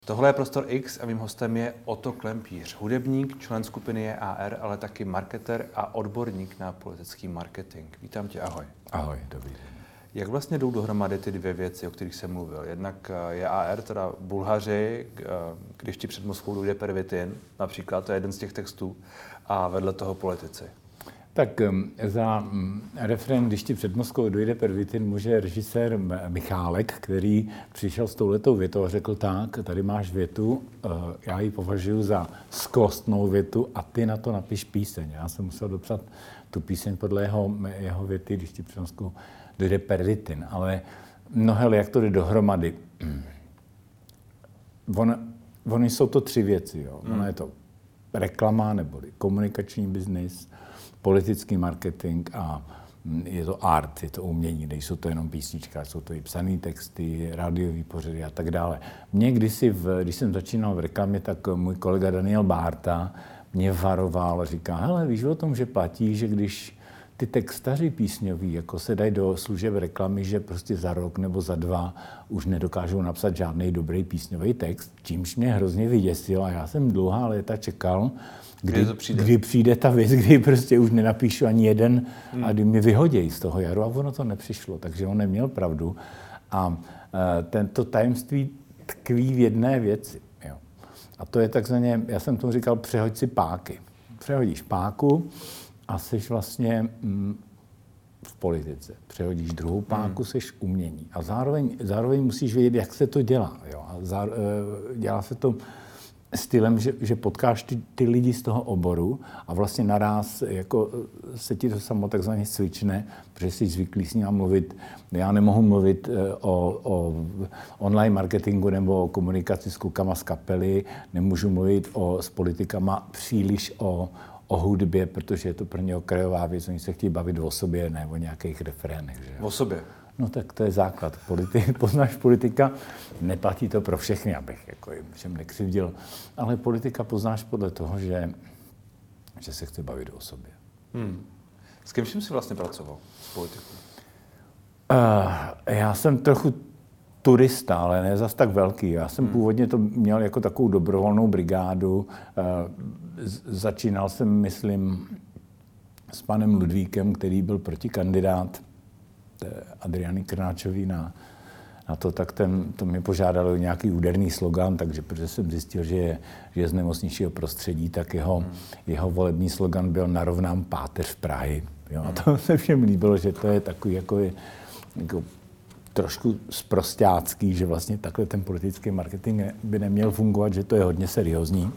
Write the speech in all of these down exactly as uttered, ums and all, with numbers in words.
Tohle je Prostor X a mým hostem je Otto Klempíř, hudebník, člen skupiny J A R, ale taky marketer a odborník na politický marketing. Vítám tě, ahoj. Ahoj, dobrý den. Jak vlastně jdou dohromady ty dvě věci, o kterých jsem mluvil? Jednak J A R, teda Bulhaři, když ti před Moskvou dojde pervitin, například, to je jeden z těch textů, a vedle toho politici. Tak za refrén, když ti před Moskvou dojde pervitin, může režisér Michálek, který přišel s touhletou větou a řekl tak, tady máš větu, já ji považuji za skvostnou větu a ty na to napiš píseň. Já jsem musel dopsat tu píseň podle jeho, jeho věty, když ti před Moskvou dojde pervitin. Ale no hele, jak to jde dohromady? On, oni jsou to tři věci. Jo. Ono je to reklama neboli komunikační biznis, politický marketing a je to art, je to umění, nejsou to jenom písnička, jsou to i psané texty, rádiový pořady a tak dále. Mě kdysi, v, když jsem začínal v reklamě, tak můj kolega Daniel Bárta mě varoval a říká, hele, víš o tom, že platí, že když ty textaři písňoví jako se dají do služeb reklamy, že prostě za rok nebo za dva už nedokážou napsat žádný dobrý písňový text, čímž mě hrozně vyděsil a já jsem dlouhá léta čekal, Kdy, kdy, přijde? kdy přijde ta věc, kdy prostě už nenapíšu ani jeden hmm. a kdy mě vyhodějí z toho jaru a ono to nepřišlo, takže on neměl pravdu. A e, tento tajemství tkví v jedné věci. Jo. A to je takzvaně, já jsem tomu říkal, přehoď si páky. Přehodíš páku a jsi vlastně mm, v politice. Přehodíš druhou páku, hmm. jsi umění. A zároveň, zároveň musíš vědět, jak se to dělá. Jo. A zá, e, dělá se to stylem, že, že potkáš ty, ty lidi z toho oboru a vlastně naraz jako se ti to samo takzvaně cvične, protože jsi zvyklý s ním mluvit. Já nemohu mluvit o, o online marketingu nebo o komunikaci s klukama z kapely, nemůžu mluvit o, s politikama příliš o, o hudbě, protože je to pro ně okrajová věc, oni se chtějí bavit o sobě, ne o nějakých refrénech. Že? O sobě? No tak to je základ. Politi- poznáš politika, neplatí to pro všechny, abych jako jim všem nekřivdil, ale politika poznáš podle toho, že, že se chce bavit o sobě. Hmm. S kým jsi vlastně pracoval s politikou? Uh, já jsem trochu turista, ale ne zas tak velký. Já jsem hmm. původně to měl jako takovou dobrovolnou brigádu. Uh, z- začínal jsem, myslím, s panem Ludvíkem, který byl protikandidát Adriany Krnáčový na, na to, tak ten, to mě požádalo o nějaký úderný slogan, takže protože jsem zjistil, že je, že je z nemocničního prostředí, tak jeho, hmm. jeho volební slogan byl Narovnám páteř Prahy. Jo, a to se všem líbilo, že to je takový jako, jako trošku sprosťácký, že vlastně takhle ten politický marketing by neměl fungovat, že to je hodně seriózní.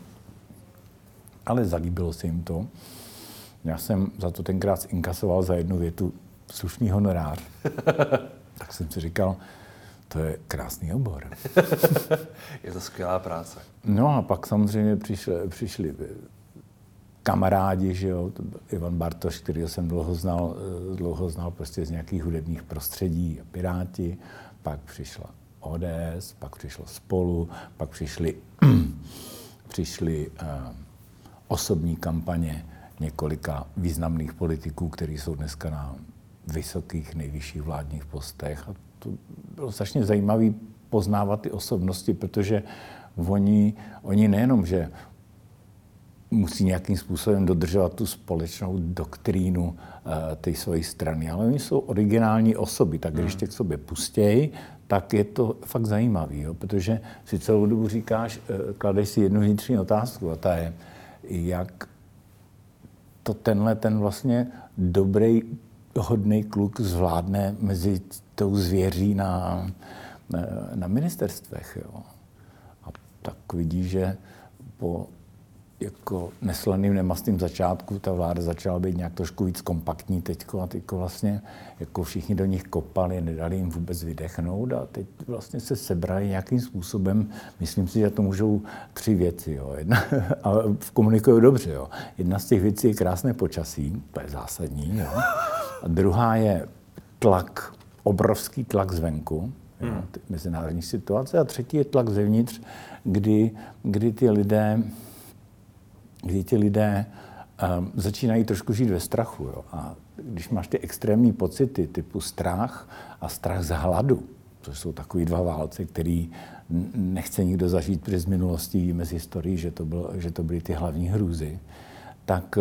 Ale zalíbilo se jim to. Já jsem za to tenkrát zinkasoval za jednu větu slušný honorář. Tak jsem si říkal, to je krásný obor. Je to skvělá práce. No a pak samozřejmě přišli, přišli kamarádi, že jo, to byl Ivan Bartoš, kterýho jsem dlouho znal, dlouho znal prostě z nějakých hudebních prostředí, Piráti, pak přišla O D S, pak přišlo Spolu, pak přišly, přišly uh, osobní kampaně několika významných politiků, kteří jsou dneska na vysokých, nejvyšších vládních postech. A to bylo strašně zajímavé poznávat ty osobnosti, protože oni, oni nejenom, že musí nějakým způsobem dodržovat tu společnou doktrínu uh, té své strany, ale oni jsou originální osoby, tak když tě k sobě pustějí, tak je to fakt zajímavý, jo? Protože si celou dobu říkáš, uh, kladeš si jednu vnitřní otázku a ta je, jak to tenhle ten vlastně dobrý, hodný kluk zvládne mezi tou zvěří na, na, na ministerstvech. Jo. A tak vidí, že po jako neslaným, nemastným začátku ta vláda začala být nějak trošku víc kompaktní teďko a teďko vlastně jako všichni do nich kopali, nedali jim vůbec vydechnout a teď vlastně se sebrali nějakým způsobem. Myslím si, že to můžou tři věci. Jo. Jedna, a komunikují dobře. Jo. Jedna z těch věcí je krásné počasí, to je zásadní. Jo. A druhá je tlak, obrovský tlak zvenku, jo, mezinárodní situace. A třetí je tlak zevnitř, kdy, kdy ty lidé kdy ti lidé um, začínají trošku žít ve strachu. Jo? A když máš ty extrémní pocity typu strach a strach z hladu, To jsou takový dva válce, který nechce nikdo zažít, protože z minulosti víme z historii, že to, bylo, že to byly ty hlavní hrůzy. Tak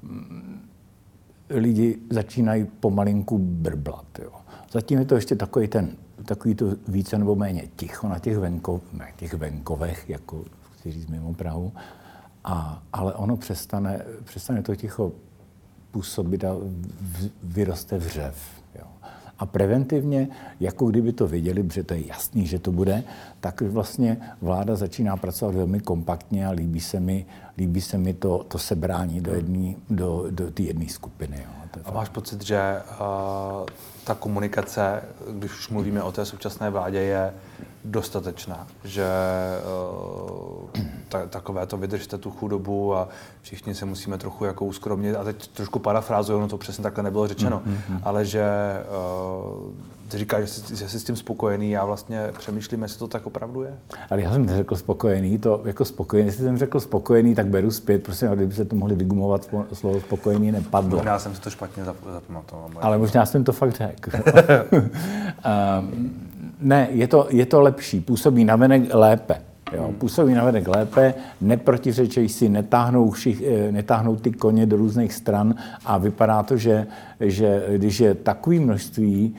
lidi začínají pomalinku brblat. Jo. Zatím je to ještě takový ten, takový to více nebo méně ticho na těch, venkov, na těch venkovech, jako chci říct mimo Prahu, a, ale ono přestane, přestane to ticho působit a v, vyroste vřev. Jo. A preventivně, jako kdyby to věděli, protože to je jasný, že to bude, tak vlastně vláda začíná pracovat velmi kompaktně a líbí se mi, líbí se mi to, to sebrání do jedné do, do té jedné skupiny. Jo. A máš pocit, že uh, ta komunikace, když už mluvíme o té současné vládě, je dostatečná, že uh, ta, takové to vydržte tu chudobu a všichni se musíme trochu jako uskromnit, a teď trošku parafrázuju, no to přesně takhle nebylo řečeno, mm-hmm. ale že uh, ty říkáš, že jsi, že jsi s tím spokojený, já vlastně přemýšlím, jestli to tak opravdu je. Ale já jsem neřekl spokojený, to jako spokojený, jestli jsem řekl spokojený, tak beru zpět, prostě, kdyby se to mohli vygumovat, slovo spokojený nepadlo. Možná jsem si to špatně zapamatoval. Ale možná jsem to fakt řekl. um, ne, je to, je to lepší, působí navenek lépe. Jo, hmm. Působí navenek lépe, neprotiřečejí si, netáhnou, všich, netáhnou ty koně do různých stran a vypadá to, že, že když je takové množství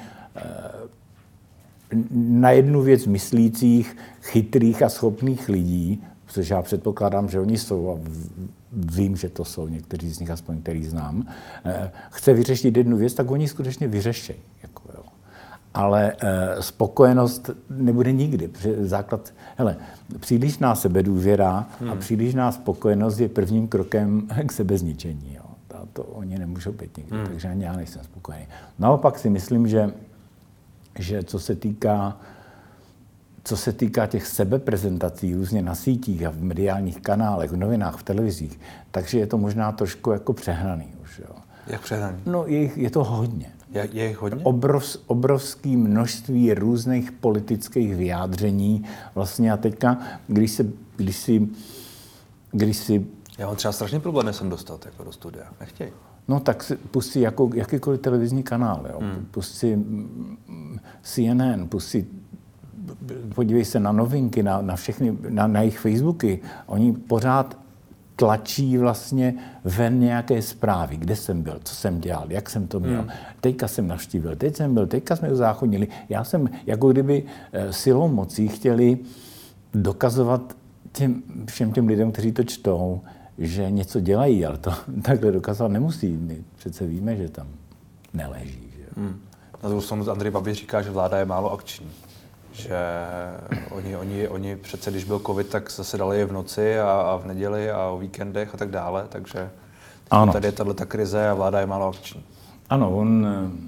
na jednu věc myslících, chytrých a schopných lidí, protože já předpokládám, že oni jsou a vím, že to jsou někteří z nich, aspoň který znám, chce vyřešit jednu věc, tak oni skutečně vyřeší. Jako, jo. Ale eh, spokojenost nebude nikdy, protože základ, hele, přílišná sebedůvěra hmm. a přílišná spokojenost je prvním krokem k sebezničení. Jo. To, to oni nemůžou být nikdy, hmm. takže ani já nejsem spokojený. Naopak si myslím, že, že co se týká Co se týká těch sebeprezentací různě na sítích a v mediálních kanálech, v novinách, v televizích, takže je to možná trošku jako přehnaný už. Jo. Jak přehnaný? No, je, je to hodně. Je, je jich hodně? Obrov, obrovské množství různých politických vyjádření. Vlastně a teďka, když, se, když si... Když si Já mám třeba strašný problém sem dostat jako do studia. Nechtěj. No tak si pustí jako, jakýkoliv televizní kanál. Jo. Hmm. Pustí C N N, pustí podívej se na novinky, na, na všechny, na, na jejich Facebooky. Oni pořád tlačí vlastně ven nějaké zprávy, kde jsem byl, co jsem dělal, jak jsem to měl. Hmm. Teďka jsem navštívil, teď jsem byl, teďka jsme uzákonili. Já jsem, jako kdyby silou mocí chtěli dokazovat těm, všem těm lidem, kteří to čtou, že něco dělají, ale to takhle dokazovat nemusí. My přece víme, že tam neleží. Že? Hmm. Na druhou stranu Andrej Babiš říká, že vláda je málo akční. Že oni, oni, oni přece, když byl covid, tak zasedali je v noci a, a v neděli a o víkendech a tak dále, takže tady je tato krize a vláda je málo akční. Ano, on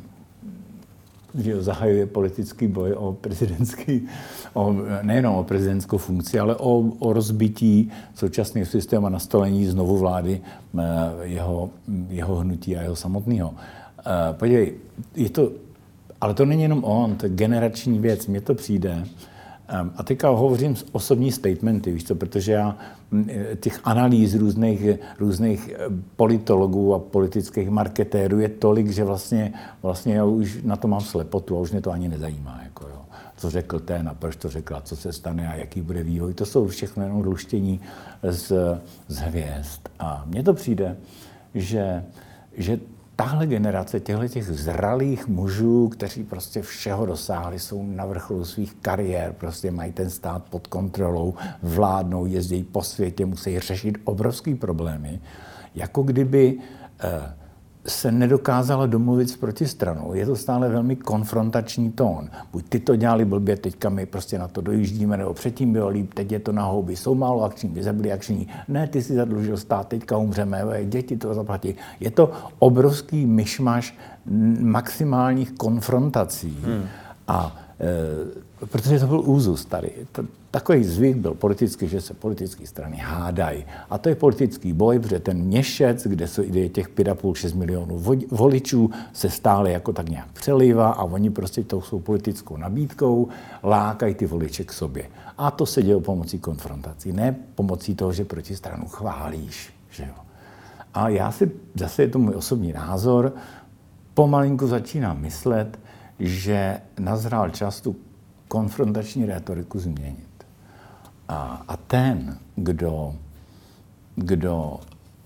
že zahajuje politický boj o prezidentský, o, nejenom o prezidentskou funkci, ale o, o rozbití současného systému a nastolení znovu vlády jeho, jeho hnutí a jeho samotného. Podívej, je to ale to není jenom on, to je generační věc, mně to přijde. A teďka hovořím z osobní statementy, víš co, protože já těch analýz různých, různých politologů a politických marketérů je tolik, že vlastně, vlastně já už na to mám slepotu a už mě to ani nezajímá. Jako jo. Co řekl ten a proč to řekl, co se stane a jaký bude vývoj. To jsou všechno jenom luštění z, z hvězd. A mně to přijde, že, že tahle generace těch zralých mužů, kteří prostě všeho dosáhli, jsou na vrcholu svých kariér, prostě mají ten stát pod kontrolou, vládnou, jezdí po světě, musí řešit obrovský problémy, jako kdyby eh, se nedokázala domluvit s protistranou. Je to stále velmi konfrontační tón. Buď ty to dělali blbě, teďka my prostě na to dojíždíme, nebo předtím bylo líp, teď je to na houby, jsou málo akční, vy byli akční, ne, ty si zadlužil stát, teďka umřeme, děti to zaplatí. Je to obrovský myšmaš maximálních konfrontací. Hmm. A e, protože to byl úzus tady. To, takový zvyk byl politický, že se politické strany hádají. A to je politický boj, protože ten měšec, kde, jsou, kde je těch pět a půl, šest milionů voličů, se stále jako tak nějak přelívá a oni prostě tou svou politickou nabídkou lákají ty voliče k sobě. A to se děje pomocí konfrontací, ne pomocí toho, že proti stranu chválíš. Že jo? A já si, zase je to můj osobní názor, pomalinku začínám myslet, že nazrál čas tu konfrontační rétoriku změnit. A, a ten, kdo, kdo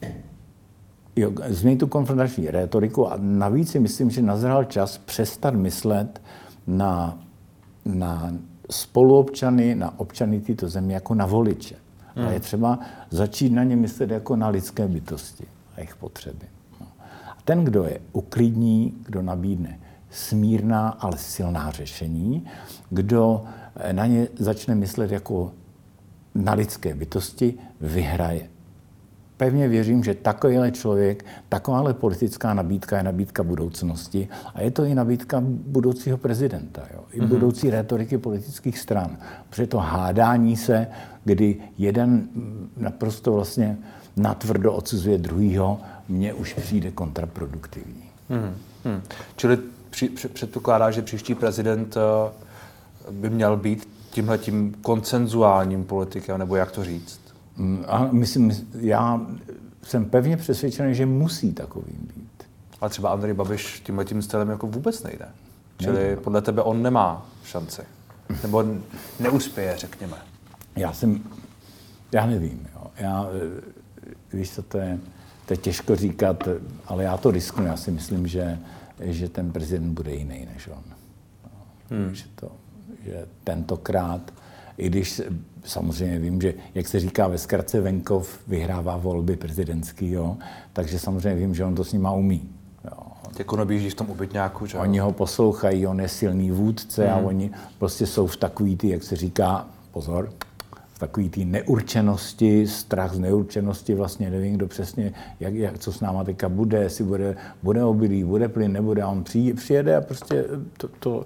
jo, změnit tu konfrontační rétoriku a navíc si myslím, že nazral čas přestat myslet na, na spoluobčany, na občany této země jako na voliče. Hmm. A je třeba začít na ně myslet jako na lidské bytosti a jejich potřeby. No. A ten, kdo je uklidní, kdo nabídne smírná, ale silná řešení, kdo na ně začne myslet jako na lidské bytosti, vyhraje. Pevně věřím, že takovýhle člověk, takováhle politická nabídka je nabídka budoucnosti a je to i nabídka budoucího prezidenta, jo? I mm-hmm. budoucí rétoriky politických stran. Protože to hádání se, kdy jeden naprosto vlastně natvrdo odsuzuje druhýho, mně už přijde kontraproduktivní. Mm-hmm. Čili při, předpokládá, že příští prezident by měl být tímhletím konsenzuálním politikem, nebo jak to říct? A myslím, já jsem pevně přesvědčený, že musí takovým být. Ale třeba Andrej Babiš tímhletím stylem jako vůbec nejde. Čili nejde. Podle tebe on nemá šanci. Nebo neuspěje, řekněme. Já jsem, já nevím. Jo. Já, víš co, to je, to je těžko říkat, ale já to risknu. Já si myslím, že, že ten prezident bude jiný než on. Hmm. Že, to, že tentokrát, i když samozřejmě vím, že, jak se říká ve zkratce, venkov vyhrává volby prezidentský, jo, takže samozřejmě vím, že on to s nima umí. Jo. Jako nabíží v tom ubytňáku, že? Oni ho poslouchají, on je silný vůdce mm. a oni prostě jsou v takový ty, jak se říká, pozor, v takový ty neurčenosti, strach z neurčenosti, vlastně nevím, kdo přesně, jak, jak, co s náma teďka bude, jestli bude, bude obilí, bude plyn, nebude, a on přijde, přijede a prostě to, to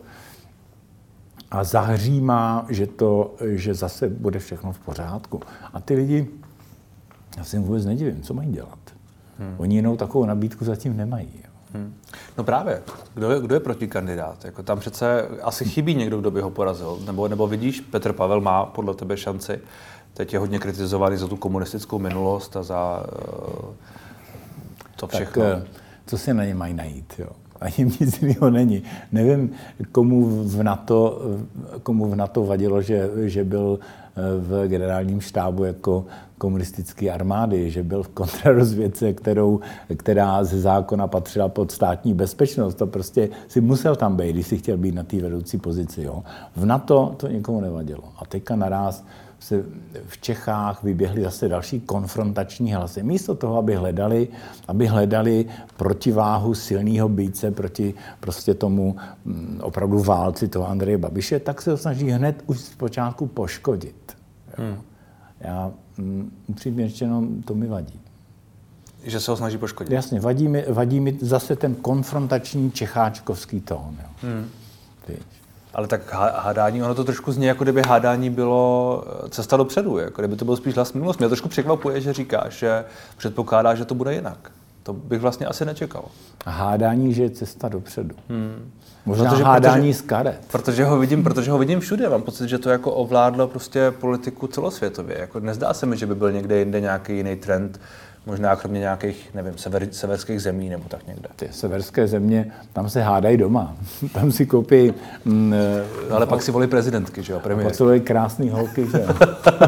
a zahřímá, že, to, že zase bude všechno v pořádku. A ty lidi, já se jim vůbec nedivím, co mají dělat. Hmm. Oni jinou takovou nabídku zatím nemají. Hmm. No právě, kdo je, kdo je protikandidát? Jako tam přece asi chybí někdo, kdo by ho porazil. Nebo, nebo vidíš, Petr Pavel má podle tebe šanci. Teď je hodně kritizovaný za tu komunistickou minulost a za uh, to všechno. Tak co si na ně mají najít, jo? Ani nic jiného není. Nevím, komu v NATO, komu v NATO vadilo, že, že byl v generálním štábu jako komunistické armády, že byl v kontrarozvědce, kterou, která ze zákona patřila pod státní bezpečnost. To prostě si musel tam být, když si chtěl být na té vedoucí pozici. Jo. V NATO to nikomu nevadilo. A teďka naraz se v Čechách vyběhly zase další konfrontační hlasy. Místo toho, aby hledali, aby hledali protiváhu silného býce proti prostě tomu m, opravdu válci toho Andreje Babiše, tak se ho snaží hned už z počátku poškodit. Hmm. Já upřímně řečeno, to mi vadí. Že se ho snaží poškodit? Jasně, vadí mi, vadí mi zase ten konfrontační čecháčkovský tón. Jo. Hmm. Ale tak hádání, ono to trošku zní, jako kdyby hádání bylo cesta dopředu, jako kdyby to bylo spíš hlas minulost. Mě trošku překvapuje, že říkáš, že předpokládá, že to bude jinak. To bych vlastně asi nečekal. A hádání, že je cesta dopředu. Hmm. Možná protože, hádání protože, z karet. Protože ho vidím, protože ho vidím všude. Mám pocit, že to jako ovládlo prostě politiku celosvětově. Jako nezdá se mi, že by byl někde jinde nějaký jiný trend, možná kromě nějakých, nevím, sever, severských zemí nebo tak někde. Ty severské země, tam se hádají doma. Tam si koupí... Mm, no, ale pak si volí prezidentky, že jo? Premiér. Pak si volí krásný holky, že jo?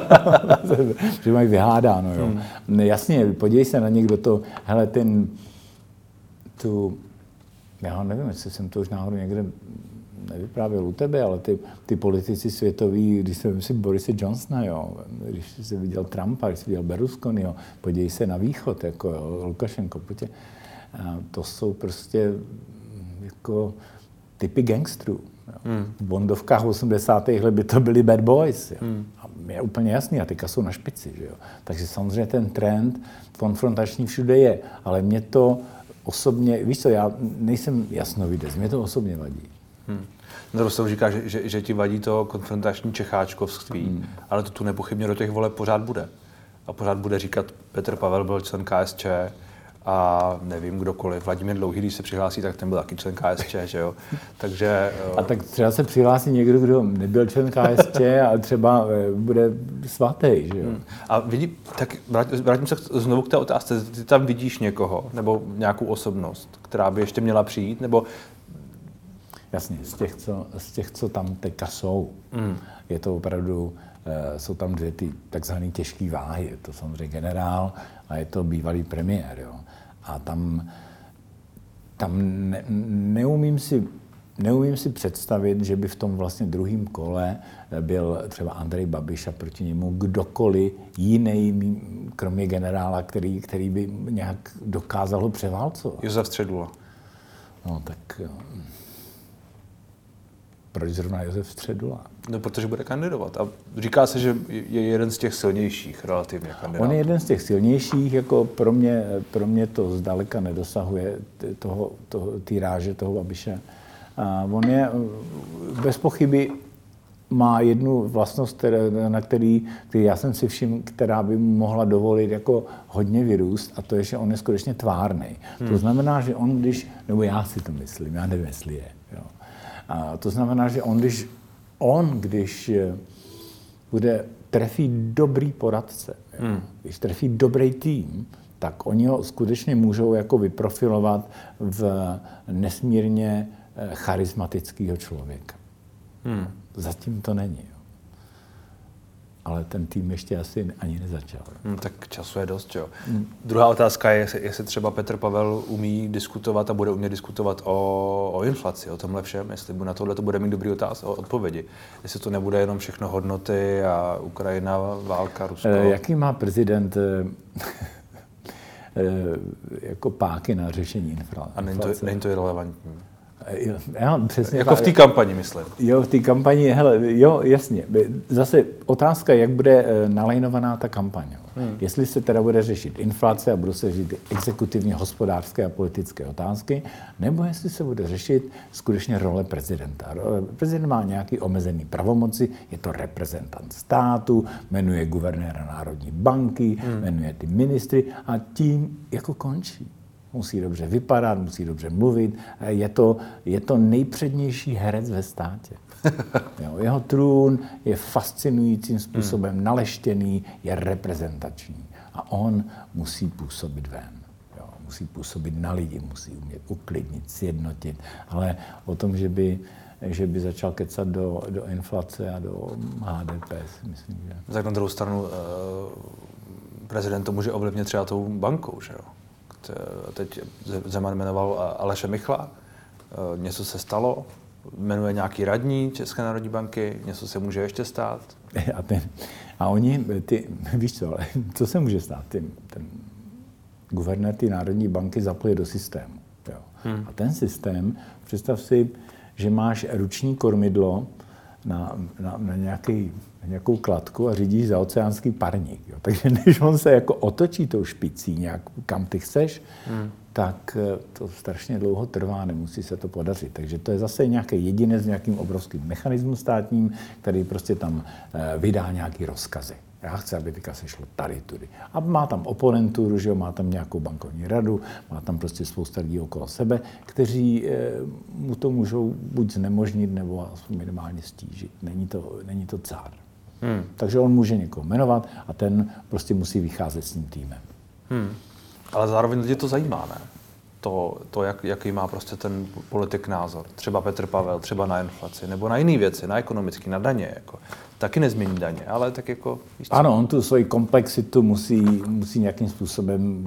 Že mají vyhádáno, jo? Hmm. Jasně, podívej se na někdo to... Hele, ten... Tu... Já nevím, jestli jsem to už náhodou někde nevyprávěl u tebe, ale ty, ty politici světoví, když jsem si Borise Johnsona, jo, když jsi viděl Trumpa, když jsi viděl Berlusconiho, podívej se na východ, jako jo, Lukašenko, pojďte. A to jsou prostě jako typy gangstrů. Hmm. V bondovkách v osmdesátých letech by to byli bad boys. Jo. Hmm. A je úplně jasný, a teďka jsou na špici. Že jo. Takže samozřejmě ten trend konfrontační všude je, ale mě to osobně, víš co, já nejsem jasnovidec, mě to osobně vadí. Hmm. No to říká, že, že, že ti vadí to konfrontační čecháčkovství, hmm. ale to tu nepochybně do těch voleb pořád bude. A pořád bude říkat, Petr Pavel byl člen K S Č a nevím kdokoliv. Vladimír Dlouhý, když se přihlásí, tak ten byl taky člen K S Č, že jo. Takže... A tak třeba se přihlásí někdo, kdo nebyl člen K S Č a třeba bude svatý, že jo. Hmm. A vidí, tak vrátím se znovu k té otázce. Ty tam vidíš někoho, nebo nějakou osobnost, která by ještě měla přijít, nebo Jasně, z těch, co, z těch, co tam teďka jsou. Mm. Je to opravdu, uh, jsou tam dvě ty takzvané těžké váhy. Je to samozřejmě generál a je to bývalý premiér. Jo. A tam, tam ne, neumím si Neumím si představit, že by v tom vlastně druhém kole byl třeba Andrej Babiš a proti němu kdokoliv jiný, kromě generála, který, který by nějak dokázal ho převálcovat. Josef Středula. No tak proč zrovna Josef Středula? No, protože bude kandidovat. A říká se, že je jeden z těch silnějších relativně kandidátů. On je jeden z těch silnějších, jako pro mě, pro mě to zdaleka nedosahuje toho, toho týráže toho Babiše. A on je bez pochyby má jednu vlastnost, které, na který, který já jsem si všiml, která by mu mohla dovolit jako hodně vyrůst, a to je, že on je skutečně tvárný. Hmm. To znamená, že on, když, nebo já si to myslím, já nevím, jestli je. Jo. A to znamená, že on, když, on, když bude trefí dobrý poradce, hmm. když trefí dobrý tým, tak oni ho skutečně můžou jako vyprofilovat v nesmírně charismatického člověka. Hmm. Zatím to není. Jo. Ale ten tým ještě asi ani nezačal. Hmm, tak času je dost, jo. Hmm. Druhá otázka je, jestli třeba Petr Pavel umí diskutovat a bude umět diskutovat o, o inflaci, o tomhle všem, jestli na tohle to bude mít dobrý otázky, odpovědi. Jestli to nebude jenom všechno hodnoty a Ukrajina, válka, Rusko. E, jaký má prezident e, jako páky na řešení inflace? A není to, není to irelevantní. Já, přesně jako v té kampani, myslím. Jo, v té kampani, hele, jo, jasně. Zase otázka, jak bude nalajnovaná ta kampaň. Hmm. Jestli se teda bude řešit inflace a budou se řešit exekutivně hospodářské a politické otázky, nebo jestli se bude řešit skutečně role prezidenta. Prezident má nějaký omezený pravomoci, je to reprezentant státu, jmenuje guvernéra Národní banky, hmm. jmenuje ty ministry a tím jako končí. Musí dobře vypadat, musí dobře mluvit. Je to, je to nejpřednější herec ve státě. Jo, jeho trůn je fascinujícím způsobem hmm. naleštěný, je reprezentační. A on musí působit ven. Jo, musí působit na lidi, musí umět uklidnit, sjednotit. Ale o tom, že by, že by začal kecat do, do inflace a do H D P, si myslím, že... Tak na druhou stranu prezident to může ovlivnit třeba tou bankou, že jo? Teď Zeman jmenoval Aleše Michla, něco se stalo, jmenuje nějaký radní České národní banky, něco se může ještě stát. A, ten, a oni, ty, víš co, co se může stát? Ten, ten guvernér ty Národní banky zapojí do systému. Jo. Hmm. A ten systém, představ si, že máš ruční kormidlo na, na, na nějaký nějakou kladku a řídíš za oceánský parník. Jo. Takže než on se jako otočí tou špicí nějak, kam ty chceš, hmm. tak to strašně dlouho trvá, nemusí se to podařit. Takže to je zase nějaký jedinec s nějakým obrovským mechanismem státním, který prostě tam vydá nějaký rozkazy. Já chci, aby teďka se šlo tady, tudy. A má tam oponenturu, že jo, má tam nějakou bankovní radu, má tam prostě spousta lidí okolo sebe, kteří e, mu to můžou buď znemožnit, nebo minimálně stížit. Není to, není to cár. Hmm. Takže on může někoho jmenovat a ten prostě musí vycházet s tím týmem. Hmm. Ale zároveň lidi to zajímá, ne? To, to jak, jaký má prostě ten politik názor. Třeba Petr Pavel, třeba na inflaci, nebo na jiné věci, na ekonomické, na daně. Jako. Taky nezmění daně, ale tak jako... Ano, on tu svoji komplexitu musí, musí nějakým způsobem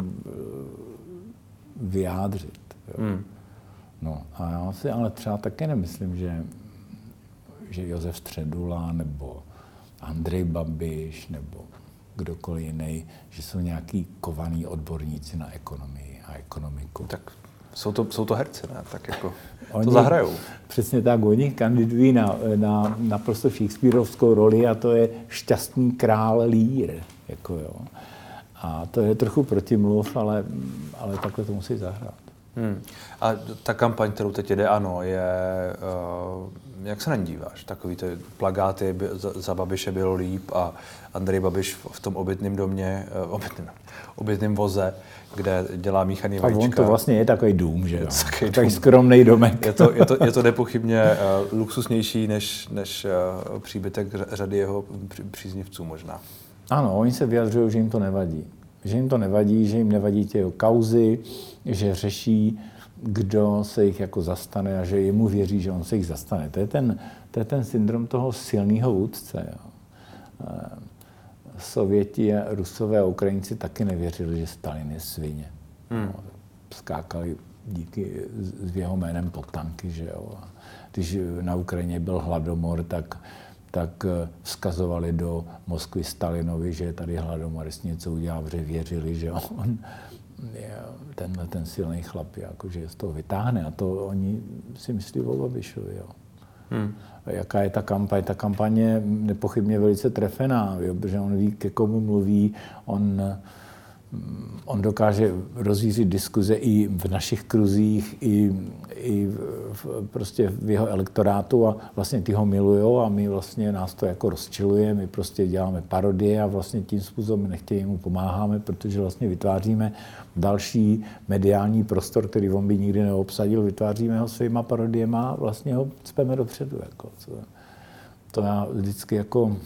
vyjádřit. Hmm. No a já si ale třeba taky nemyslím, že, že Josef Středula nebo Andrej Babiš nebo kdokoliv jiný, že jsou nějaký kovaný odborníci na ekonomii a ekonomiku. Tak jsou to, jsou to herci, ne? Tak jako oni, to zahrajou. Přesně tak, oni kandidují na, na naprosto shakespearovskou roli a to je šťastný král Lír. Jako jo. A to je trochu protimluv, ale, ale takhle to musí zahrát. Hmm. A ta kampaň, kterou teď jde, ano, je, uh, jak se na ní díváš? Takový ty plagáty, za, za Babiše bylo líp a Andrej Babiš v, v tom obytným domě, uh, obytným, obytným voze, kde dělá míchaný vajíčka. A on to vlastně je takový dům, že jo? Takový skromný domek. Je to, je to, je to nepochybně uh, luxusnější než, než uh, příbytek řady jeho příznivců možná. Ano, oni se vyjadřují, že jim to nevadí. Že jim to nevadí, že jim nevadí ty kauzy, že řeší kdo se jich jako zastane a že jemu věří, že on se jich zastane. To je ten, to je ten syndrom toho silného vůdce. Jo. Sověti, Rusové a Ukrajinci taky nevěřili, že Stalin je svině. Hmm. Skákali díky s jeho jménem pod tanky, že jo. Když na Ukrajině byl hladomor, tak, tak vzkazovali do Moskvy Stalinovi, že je tady hladomor, jestli něco udělá, protože věřili, že on je tenhle ten silný chlap, jako, že z toho vytáhne. A to oni si myslí o Babišovi. Jo. Hmm. Jaká je ta kampaň? Ta kampaň je nepochybně velice trefená, jo, protože on ví, ke komu mluví, on, on dokáže rozvířit diskuze i v našich kruzích, i, i v, prostě v jeho elektorátu a vlastně ty ho milujou a my vlastně nás to jako rozčiluje, my prostě děláme parodie a vlastně tím způsobem nechtějí mu pomáháme, protože vlastně vytváříme další mediální prostor, který on by nikdy neobsadil, vytváříme ho svýma parodiema a vlastně ho cpeme dopředu. Jako, co, to já vždycky jako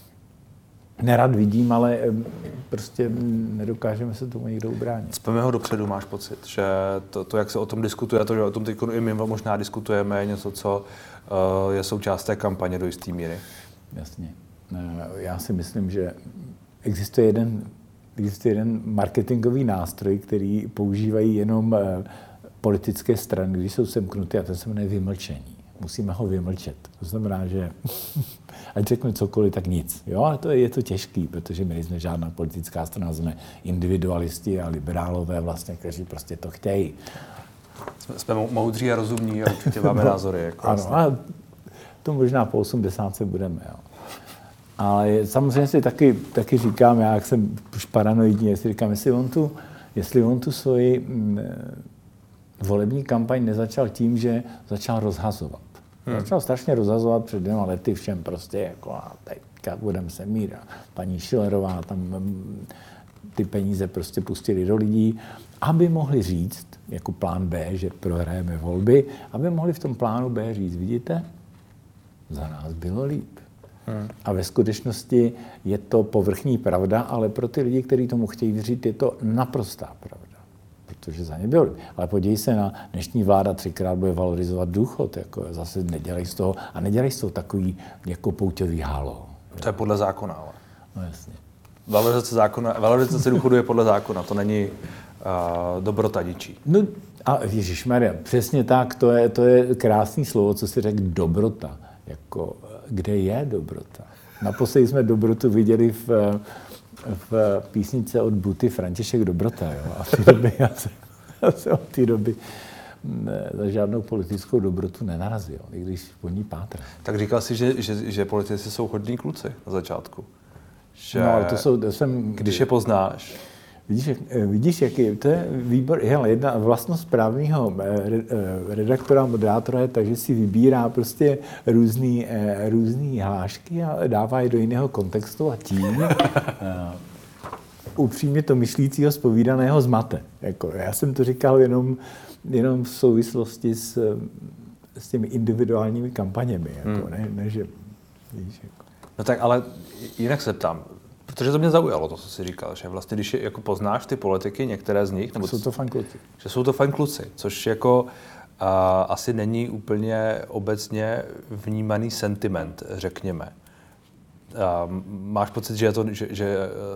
nerad vidím, ale prostě nedokážeme se tomu nikdo ubránit. Cpeme ho dopředu, máš pocit, že to, to jak se o tom diskutuje, to, že o tom teď i my možná diskutujeme, je něco, co uh, je součást té kampaně do jisté míry. Jasně. Já si myslím, že existuje jeden Existuje jeden marketingový nástroj, který používají jenom politické strany, když jsou semknuty, a ten se jmenuje vymlčení. Musíme ho vymlčet. To znamená, že ať řekne cokoliv, tak nic. Jo, ale to je, je to těžký, protože my nejsme žádná politická strana, jsme individualisti a liberálové vlastně, kteří prostě to chtějí. Jsme, jsme moudří a rozumní a určitě máme no, názory. Jako ano, vlastně. A to možná po osmdesátce budeme. Jo. Ale samozřejmě si taky, taky říkám, já jak jsem už paranoidní, jestli říkám, jestli on tu, jestli on tu svoji m, volební kampaň nezačal tím, že začal rozhazovat. Hmm. Začal strašně rozhazovat před dvěma lety všem prostě, jako a teďka budeme se mít. Paní Schillerová tam m, ty peníze prostě pustili do lidí, aby mohli říct, jako plán B, že prohrajeme volby, aby mohli v tom plánu B říct, vidíte, za nás bylo líp. Hmm. A ve skutečnosti je to povrchní pravda, ale pro ty lidi, kteří tomu chtějí věřit, je to naprostá pravda. Protože za ně bylo. Ale podívej se, na dnešní vláda třikrát bude valorizovat důchod. Jako zase nedělej z toho, a nedělej z toho takový jako pouťový halo. To je podle zákona, ale. No jasně. Valorizace, zákona, valorizace důchodu je podle zákona, to není uh, dobrota ničí. No a ježišmarja, přesně tak, to je, to je krásný slovo, co si řekl, dobrota. Jako, kde je dobrota? Naposledy jsme dobrotu viděli v, v písnice od Buty František Dobrota. Jo? A v té době já jsem, já jsem od té doby ne, za žádnou politickou dobrotu nenarazil, i když po ní pátrám. Tak říkal jsi, že, že, že politici jsou hodní kluci na začátku. Že no, ale to jsou, to jsem, když je poznáš. Vidíš, vidíš, jaký, to je výbor, hele, jedna vlastnost právního redaktora, moderátora je tak, že si vybírá prostě různý, různý hlášky a dává je do jiného kontextu a tím uh, upřímně to myšlícího zpovídaného zmate. Jako, já jsem to říkal jenom, jenom v souvislosti s, s těmi individuálními kampaněmi. Jako, hmm. ne, ne, že, víš, jako. No tak ale jinak se ptám, protože to mě zaujalo, to, co jsi říkal, že vlastně, když je, jako poznáš ty politiky, některé z nich, nebo jsou to fajn kluci. Že jsou to fajn kluci, což jako a, asi není úplně obecně vnímaný sentiment, řekněme. A, máš pocit, že, je to, že, že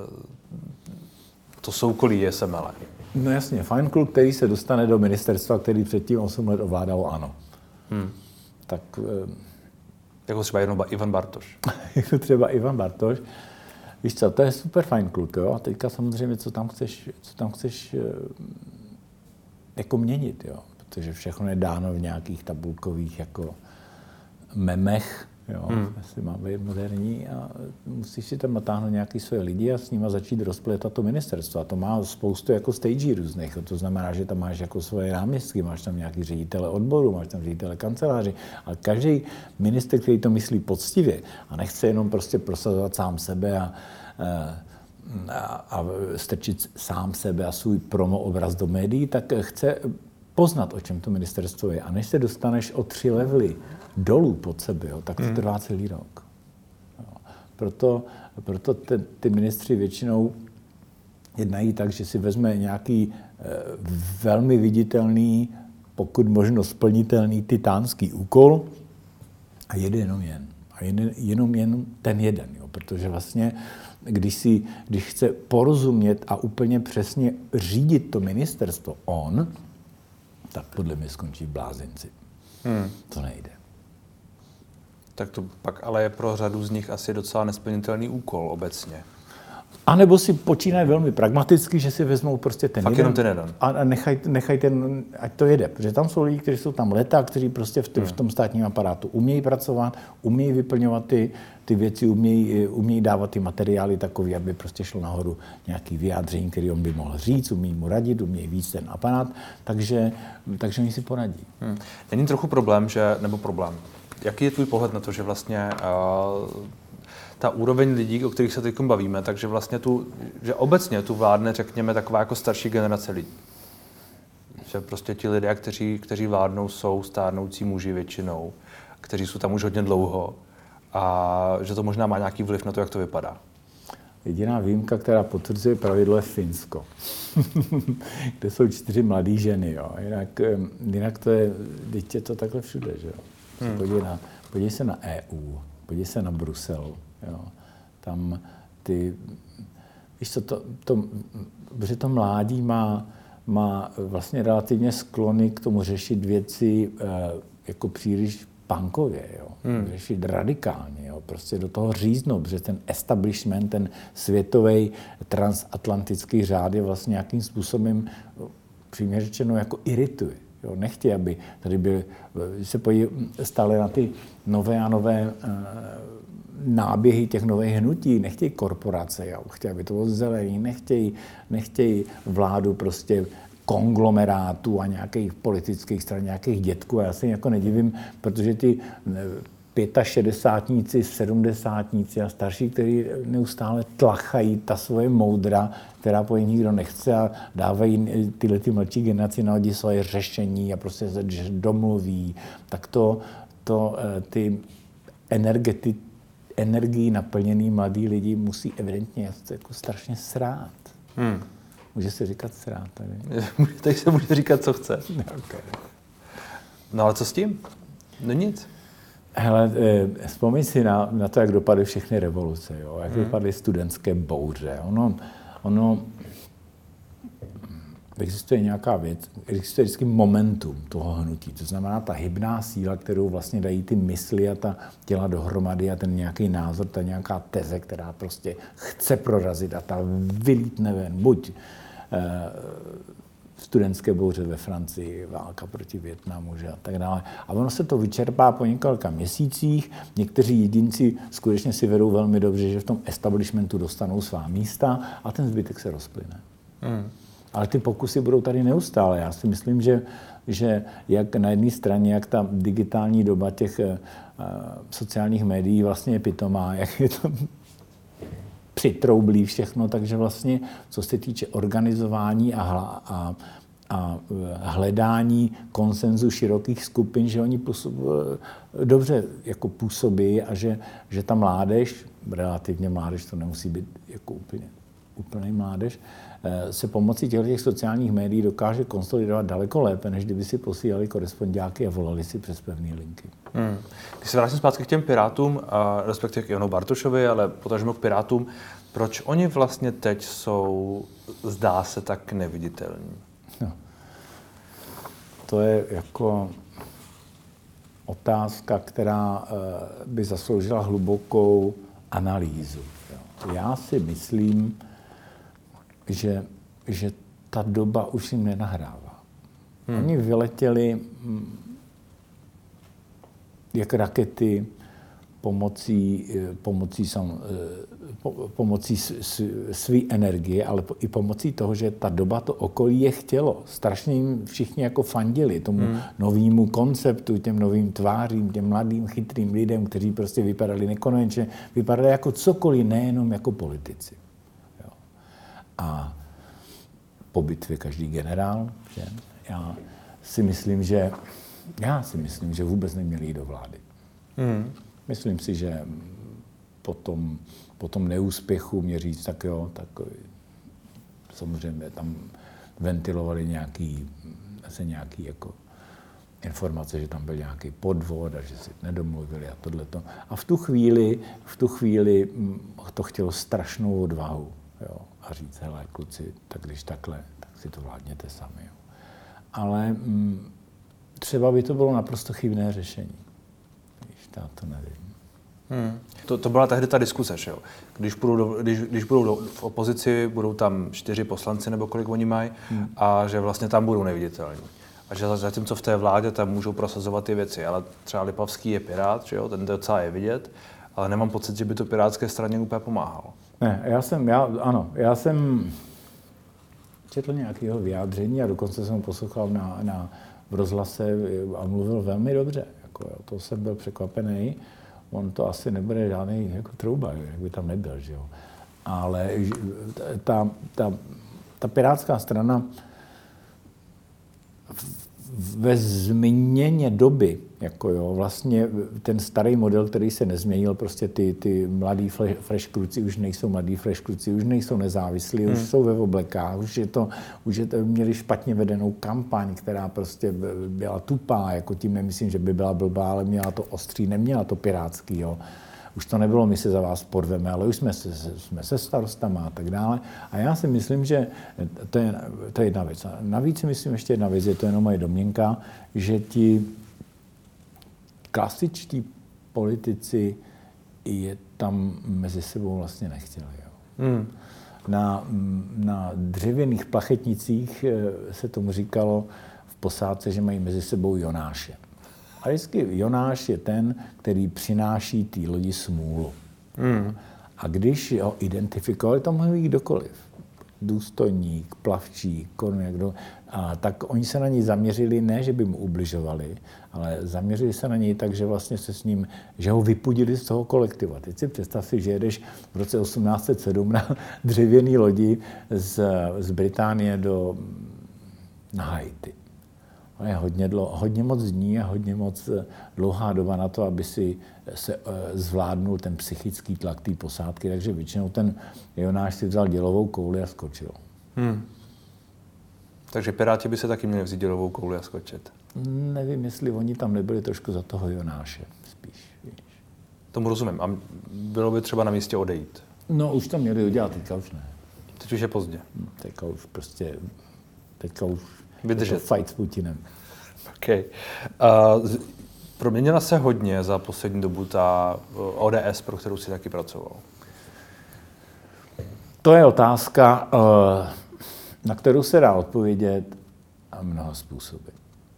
to soukolí je semele? No jasně, fajn kluk, který se dostane do ministerstva, který předtím osm let ovládalo ANO. Hmm. Tak... Jako třeba jenom Ivan Bartoš. Jako třeba Ivan Bartoš. Víš co, to je super fajn kluk, jo? A teďka samozřejmě, co tam chceš, co tam chceš jako měnit, jo? Protože všechno je dáno v nějakých tabulkových jako memech, jo? Hmm. Jestli má být moderní a musíš si tam natáhnout nějaký své lidi a s nima začít rozplétat to ministerstvo. A to má spoustu jako stagí různých. To znamená, že tam máš jako svoje náměstky, máš tam nějaký ředitele odboru, máš tam ředitele kanceláři. Ale každý minister, který to myslí poctivě a nechce jenom prostě prosazovat sám sebe a, a, a strčit sám sebe a svůj promo obraz do médií, tak chce poznat, o čem to ministerstvo je. A než se dostaneš o tři levely dolů pod sebe, jo, tak to trvá celý rok. Jo. Proto, proto te, ty ministři většinou jednají tak, že si vezme nějaký e, velmi viditelný pokud možno splnitelný titánský úkol a jede jenom jen. A jen, jenom jen ten jeden, jo, protože vlastně, když, si, když chce porozumět a úplně přesně řídit to ministerstvo on, tak podle mě skončí v blázinci. Hmm. To nejde. Tak to pak ale je pro řadu z nich asi docela nesplnitelný úkol obecně. A nebo si počínají velmi pragmaticky, že si vezmou prostě ten Fakt jeden jenom ten jeden. a nechaj, nechaj ten, ať to jede. Protože tam jsou lidi, kteří jsou tam leta, kteří prostě v, t- v tom státním aparátu umějí pracovat, umějí vyplňovat ty, ty věci, umějí, umějí dávat ty materiály takový, aby prostě šlo nahoru nějaký vyjádření, který on by mohl říct, umějí mu radit, umějí víc ten aparát, takže, takže oni si poradí. Hmm. Není trochu problém, že, nebo problém, jaký je tvůj pohled na to, že vlastně uh, ta úroveň lidí, o kterých se teď bavíme, takže vlastně tu, že obecně tu vládne, řekněme, taková jako starší generace lidí. Že prostě ti lidé, kteří, kteří vládnou, jsou stárnoucí muži většinou, kteří jsou tam už hodně dlouho a že to možná má nějaký vliv na to, jak to vypadá. Jediná výjimka, která potvrzuje pravidlo, je Finsko, kde jsou čtyři mladé ženy. Jo. Jinak, jinak to je, teď je to takhle všude. Že jo. Hmm. Podívej, na, podívej se na E U, podívej se na Brusel. Jo. Tam ty, víš co, to, to, protože to mládí má, má vlastně relativně sklony k tomu řešit věci e, jako příliš punkově, jo. Hmm. Řešit radikálně, jo. Prostě do toho říznout, protože ten establishment, ten světový transatlantický řád je vlastně nějakým způsobem přímě řečeno jako irituje. Jo. Nechtějí, aby tady byly, se pojí stále na ty nové a nové e, náběhy těch nových hnutí, nechtějí korporace, jo. Chtějí, aby to bylo zelený, nechtějí, nechtějí vládu prostě konglomerátů a nějakých politických stran, nějakých dětků. A já se jako nedivím, protože ty šedesátníci, sedmdesátníci a starší, kteří neustále tlachají ta svoje moudra, která po ně nikdo nechce a dávají tyhle ty mladší generaci na lidi svoje řešení a prostě se domluví, tak to, to ty energeti, energií naplněný mladí lidi musí evidentně jako strašně srát. Hmm. Může se říkat srát, tady. Teď se může říkat, co chce. Okay. No ale co s tím? No nic. Hele, eh, vzpomeň si na, na to, jak dopadly všechny revoluce, jo? Jak hmm. dopadly studentské bouře. Ono, ono existuje nějaká věc, existuje vždycky momentum toho hnutí. To znamená ta hybná síla, kterou vlastně dají ty mysli a ta těla dohromady a ten nějaký názor, ta nějaká teze, která prostě chce prorazit a ta vylítne ven. Buď eh, studentské bouře ve Francii, válka proti Vietnamu, že a tak dále. A ono se to vyčerpá po několika měsících. Někteří jedinci skutečně si vedou velmi dobře, že v tom establishmentu dostanou svá místa a ten zbytek se rozplyne. Hmm. Ale ty pokusy budou tady neustále. Já si myslím, že, že jak na jedné straně, jak ta digitální doba těch uh, sociálních médií vlastně je pitomá, jak je to přitroublí všechno, takže vlastně, co se týče organizování a, hla, a, a hledání konsenzu širokých skupin, že oni působí, dobře jako působí a že, že ta mládež, relativně mládež, to nemusí být jako úplně úplný mládež, se pomocí těch sociálních médií dokáže konsolidovat daleko lépe, než kdyby si posílali korespondiáky a volali si přes pevné linky. Hmm. Když se vrátím zpátky k těm Pirátům, a respektive k Janu Bartošovi, ale potažmo k Pirátům, proč oni vlastně teď jsou, zdá se, tak neviditelní? No. To je jako otázka, která by zasloužila hlubokou analýzu. Já si myslím, že, že ta doba už jim nenahrává. Hmm. Oni vyletěli jak rakety pomocí, pomocí, sam, pomocí své energie, ale i pomocí toho, že ta doba to okolí je chtělo. Strašně jim všichni jako fandili tomu hmm. novému konceptu, těm novým tvářím, těm mladým, chytrým lidem, kteří prostě vypadali nekonečně, vypadali jako cokoliv, nejenom jako politici. Jo. A po bitvě každý generál, že? Já si myslím, že já si myslím, že vůbec neměli jít do vlády. Hmm. Myslím si, že po tom, po tom neúspěchu mě říct, tak jo, tak samozřejmě tam ventilovali nějaký, asi nějaký jako informace, že tam byl nějaký podvod a že si nedomluvili a tohleto. A v tu chvíli, v tu chvíli to chtělo strašnou odvahu, jo, a říct, hele, kluci, tak když takhle, tak si to vládněte sami. Jo. Ale m, třeba by to bylo naprosto chybné řešení. Když já to nevím. Hmm. To, to byla tehdy ta diskuse, že jo? Když budou, do, když, když budou do, v opozici, budou tam čtyři poslanci, nebo kolik oni mají, hmm. a že vlastně tam budou neviditelní. A že zatímco v té vládě tam můžou prosazovat ty věci. Ale třeba Lipavský je pirát, že jo? Ten docela je vidět, ale nemám pocit, že by to pirátské straně úplně pomáhalo. Ne, já jsem, já, ano, já jsem četl nějakého vyjádření a dokonce jsem ho poslouchal na, na, v rozhlase a mluvil velmi dobře. Jako, jo, to jsem byl překvapený. On to asi nebude žádný jako trouba, jak by tam nebyl, že jo. Ale ta, ta, ta pirátská strana ve změně doby, jako jo, vlastně ten starý model, který se nezměnil, prostě ty, ty mladí fresh kluci už nejsou mladí fresh kluci, už nejsou nezávislí, hmm. už jsou ve oblekách, už je to, už je to, měli špatně vedenou kampaň, která prostě byla tupá, jako tím nemyslím, že by byla blbá, ale měla to ostří, neměla to pirátský, jo. Už to nebylo, my se za vás podveme, ale už jsme se, jsme se starostama a tak dále. A já si myslím, že to je, to je jedna věc. A navíc si myslím ještě jedna věc, je to jenom moje domněnka, že ti klasičtí politici je tam mezi sebou vlastně nechtěli. Jo. Hmm. Na, na dřevěných plachetnicích se tomu říkalo v posádce, že mají mezi sebou Jonáše. A vždycky Jonáš je ten, který přináší té lodi smůlu. Hmm. A když ho identifikovali, to mohl být kdokoliv. Důstojník, plavčík, korun, kdo, a tak oni se na něj zaměřili, ne, že by mu ubližovali, ale zaměřili se na něj tak, že vlastně se s ním, že ho vypudili z toho kolektiva. Teď si představ si, že jedeš v roce osmnáct set sedm na dřevěný lodi z, z Británie do na Haiti. Je hodně, dlo, hodně moc dní a hodně moc dlouhá doba na to, aby si se zvládnul ten psychický tlak té posádky, takže většinou ten Jonáš si vzal dělovou kouli a skočil. Hmm. Takže Piráti by se taky měli vzít dělovou kouli a skočit? Nevím, jestli oni tam nebyli trošku za toho Jonáše, spíš. Víš. Tomu rozumím. A bylo by třeba na místě odejít? No, už to měli udělat, teďka už ne. Teď už je pozdě. Teďka už prostě, teďka už vydržet. Je to fight s Putinem. Okay. Uh, proměnila se hodně za poslední dobu ta O D S, pro kterou jsi taky pracoval? To je otázka, na kterou se dá odpovědět mnoha způsoby.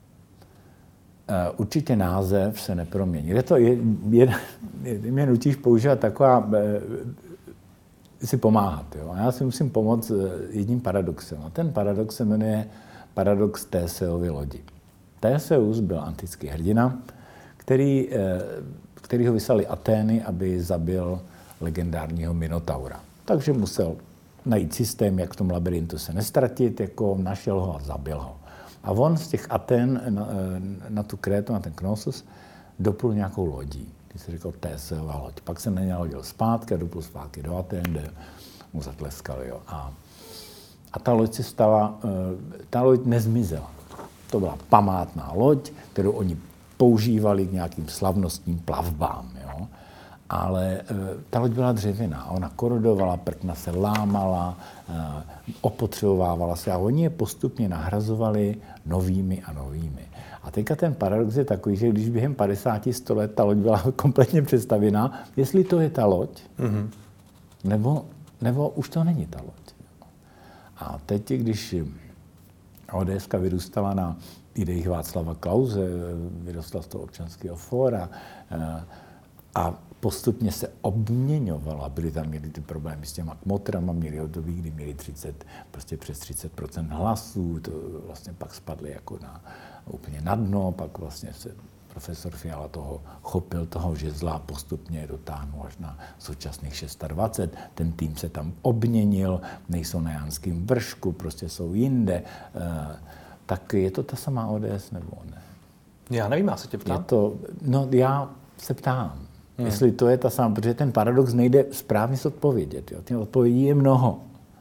Určitě název se nepromění. Je to, je, je, je, mě nutíš používat taková, si pomáhat. Jo? A já si musím pomoct jedním paradoxem. A ten paradox se jmenuje paradox Téseovy lodi. Téseus byl antický hrdina, který, který ho vyslali Atény, aby zabil legendárního Minotaura. Takže musel najít systém, jak v tom labirintu se nestratit, jako našel ho a zabil ho. A on z těch Aten na, na tu Krétu, na ten Knossos, doplul nějakou lodí. Když se říkal Téseova loď. Pak se na ně nalodil zpátky a doplul zpátky do Aten, kde mu zatleskali. Jo. A, a ta loď se stala, ta loď nezmizela. To byla památná loď, kterou oni používali k nějakým slavnostním plavbám. Jo. Ale ta loď byla dřevěná. Ona korodovala, prkna se lámala, opotřebovávala se a oni je postupně nahrazovali novými a novými. A teďka ten paradox je takový, že když během padesáti sto let ta loď byla kompletně přestavěná, jestli to je ta loď, mm-hmm. nebo, nebo už to není ta loď. A teď, když ODSka vyrůstala na ideích Václava Klause, vyrostla z toho občanského fóra a postupně se obměňovala. Byly tam, měli ty problémy s těma kmotrama, měli období, kdy měli třicet, prostě přes třicet procent hlasů, to vlastně pak spadly jako na, úplně na dno, pak vlastně se profesor Fiala toho chopil toho žezla, postupně dotáhnul až na současných dvacet šest. Ten tým se tam obměnil, nejsou na Janském vršku, prostě jsou jinde. E, tak je to ta samá O D S nebo ne? Já nevím, já se tě ptám. Je to, no já se ptám. Hmm. Jestli to je ta samá, protože ten paradox nejde správně odpovědět. Jo. Těch odpovědí je mnoho.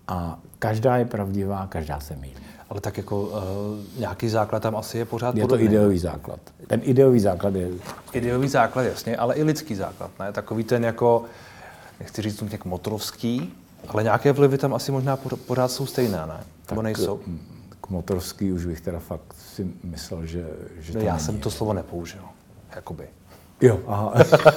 A každá je pravdivá, každá se mýlí. Ale tak jako uh, nějaký základ tam asi je pořád Je podobný. to ideový základ. Ten ideový základ je... Ideový základ, jasně, ale i lidský základ, ne? Takový ten jako, nechci říct nějak motrovský, ale nějaké vlivy tam asi možná pořád jsou stejné, ne? Nebo nejsou? K motrovský už bych teda fakt si myslel, že, že to no, já není. jsem to slovo nepoužil, jakoby. Jo, aha.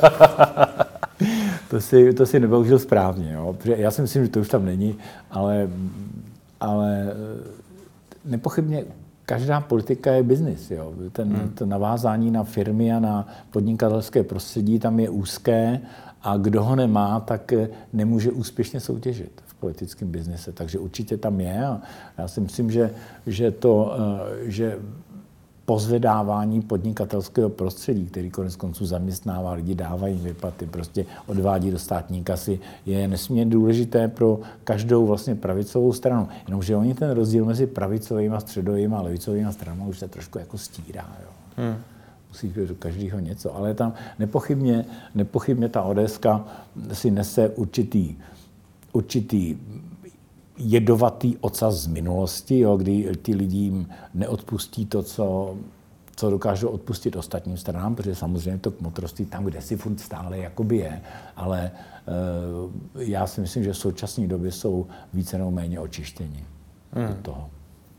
to, si, to si nepoužil správně, jo. Já si myslím, že to už tam není, ale, ale nepochybně každá politika je biznis, jo. Ten, hmm. To navázání na firmy a na podnikatelské prostředí tam je úzké a kdo ho nemá, tak nemůže úspěšně soutěžit v politickém biznise. Takže určitě tam je a já si myslím, že, že to, že pozvedávání podnikatelského prostředí, který konec konců zaměstnává lidi, dává jim výplaty, prostě odvádí do státní kasy, je nesmírně důležité pro každou vlastně pravicovou stranu. Jenomže oni ten rozdíl mezi pravicovými, středovými a levicovými stranami už se trošku jako stírá. Jo. Hmm. Musí být do každého něco, ale tam nepochybně, nepochybně ta ODSka si nese určitý, určitý jedovatý ocas z minulosti, jo, kdy ti lidi jim neodpustí to, co, co dokážou odpustit ostatním stranám, protože samozřejmě to kmotrovství tam, kde si furt stále jakoby je, ale e, já si myslím, že v současné době jsou více nebo méně očištěni hmm. od toho.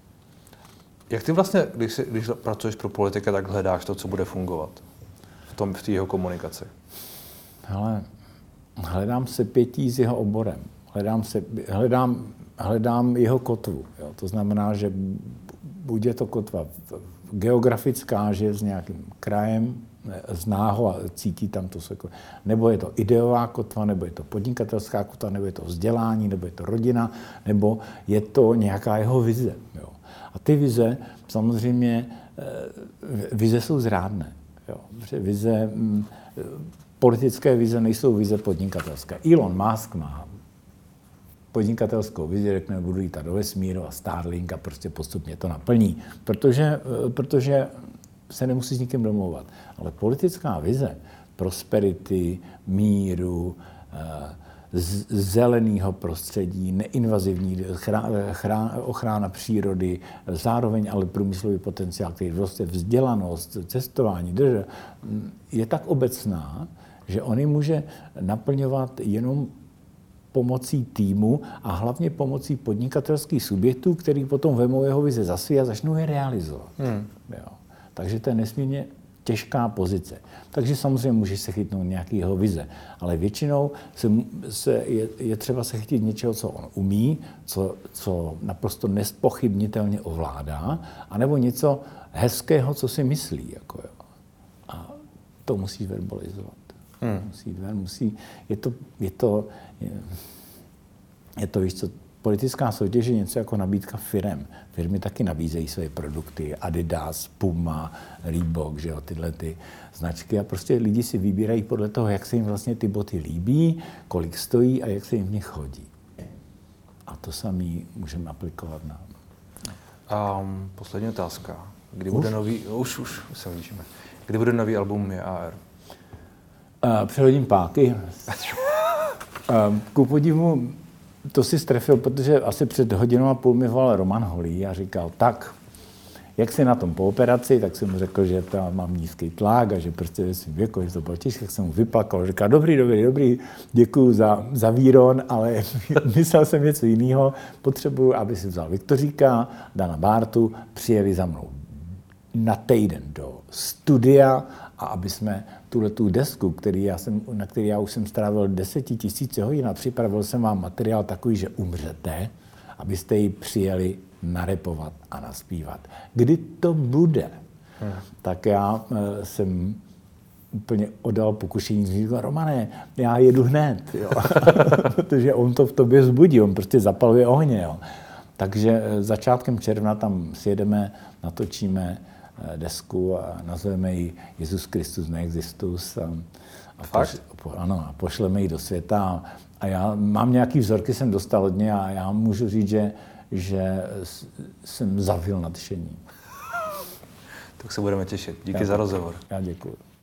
Jak ty vlastně, když, jsi, když pracuješ pro politika, tak hledáš to, co bude fungovat v tom, v té jeho komunikaci? Hele, hledám sepětí s jeho oborem. Hledám, se, hledám, hledám jeho kotvu. Jo. To znamená, že buď je to kotva geografická, že je s nějakým krajem, zná ho a cítí tam to, nebo je to ideová kotva, nebo je to podnikatelská kotva, nebo je to vzdělání, nebo je to rodina, nebo je to nějaká jeho vize. Jo. A ty vize, samozřejmě, vize jsou zrádné. Jo. Vize, politické vize nejsou vize podnikatelské. Elon Musk má podnikatelskou vizi, řekne, budu lítat do vesmíru a Starlink a prostě postupně to naplní, protože, protože se nemusí s nikým domlouvat. Ale politická vize prosperity, míru, zeleného prostředí, neinvazivní ochrana přírody, zároveň ale průmyslový potenciál, který roste, vzdělanost, cestování, je tak obecná, že on ji může naplňovat jenom pomocí týmu a hlavně pomocí podnikatelských subjektů, který potom vemou jeho vize za svý a začnou je realizovat. Hmm. Jo. Takže to je nesmírně těžká pozice. Takže samozřejmě můžeš se chytnout nějaký jeho vize, ale většinou se, se je, je třeba se chytit něčeho, co on umí, co, co naprosto nezpochybnitelně ovládá, anebo něco hezkého, co si myslí. Jako jo. A to musíš verbalizovat. Hmm. Musí, musí, je to, je to, je, je to, víš co, politická soutěž je něco jako nabídka firem. Firmy taky nabízejí své produkty, Adidas, Puma, Reebok, že jo, tyhle ty značky a prostě lidi si vybírají podle toho, jak se jim vlastně ty boty líbí, kolik stojí a jak se jim v nich chodí. A to samé můžeme aplikovat na... Um, poslední otázka. Kdy už? bude nový... Už, už, se vidíme. Kdy bude nový album J A R? Uh, přehodím páky. uh, ku podivu, to si strefil, protože asi před hodinou a půl mi volal Roman Holý a říkal, tak, jak jsi na tom po operaci, tak jsem mu řekl, že tam mám nízký tlak a že prostě ve svým věku, že to bylo těžké, tak jsem mu vyplakal. Říkal, dobrý, dobrý, dobrý, děkuju za, za výron, ale myslel jsem něco jiného. Potřebuju, aby si vzal Viktoříka, Dana Bártu, přijeli za mnou na týden do studia a aby jsme tuhletu desku, který já jsem, na který já už jsem strávil desetitisíce hodin a připravil jsem vám materiál takový, že umřete, abyste ji přijeli narepovat a naspívat. Kdy to bude? Hmm. Tak já e, jsem úplně oddal pokušení, říkal, Romane, já jedu hned, jo. Protože on to v tobě vzbudí, on prostě zapaluje ohně. Jo. Takže začátkem června tam sjedeme, natočíme desku a nazveme ji Jezus Kristus neexistus a, a, poš, po, ano, a pošleme ji do světa. A já mám nějaký vzorky, jsem dostal od něj a já můžu říct, že, že jsem zavil nadšení. Tak se budeme těšit. Díky já za rozhovor. Já děkuji.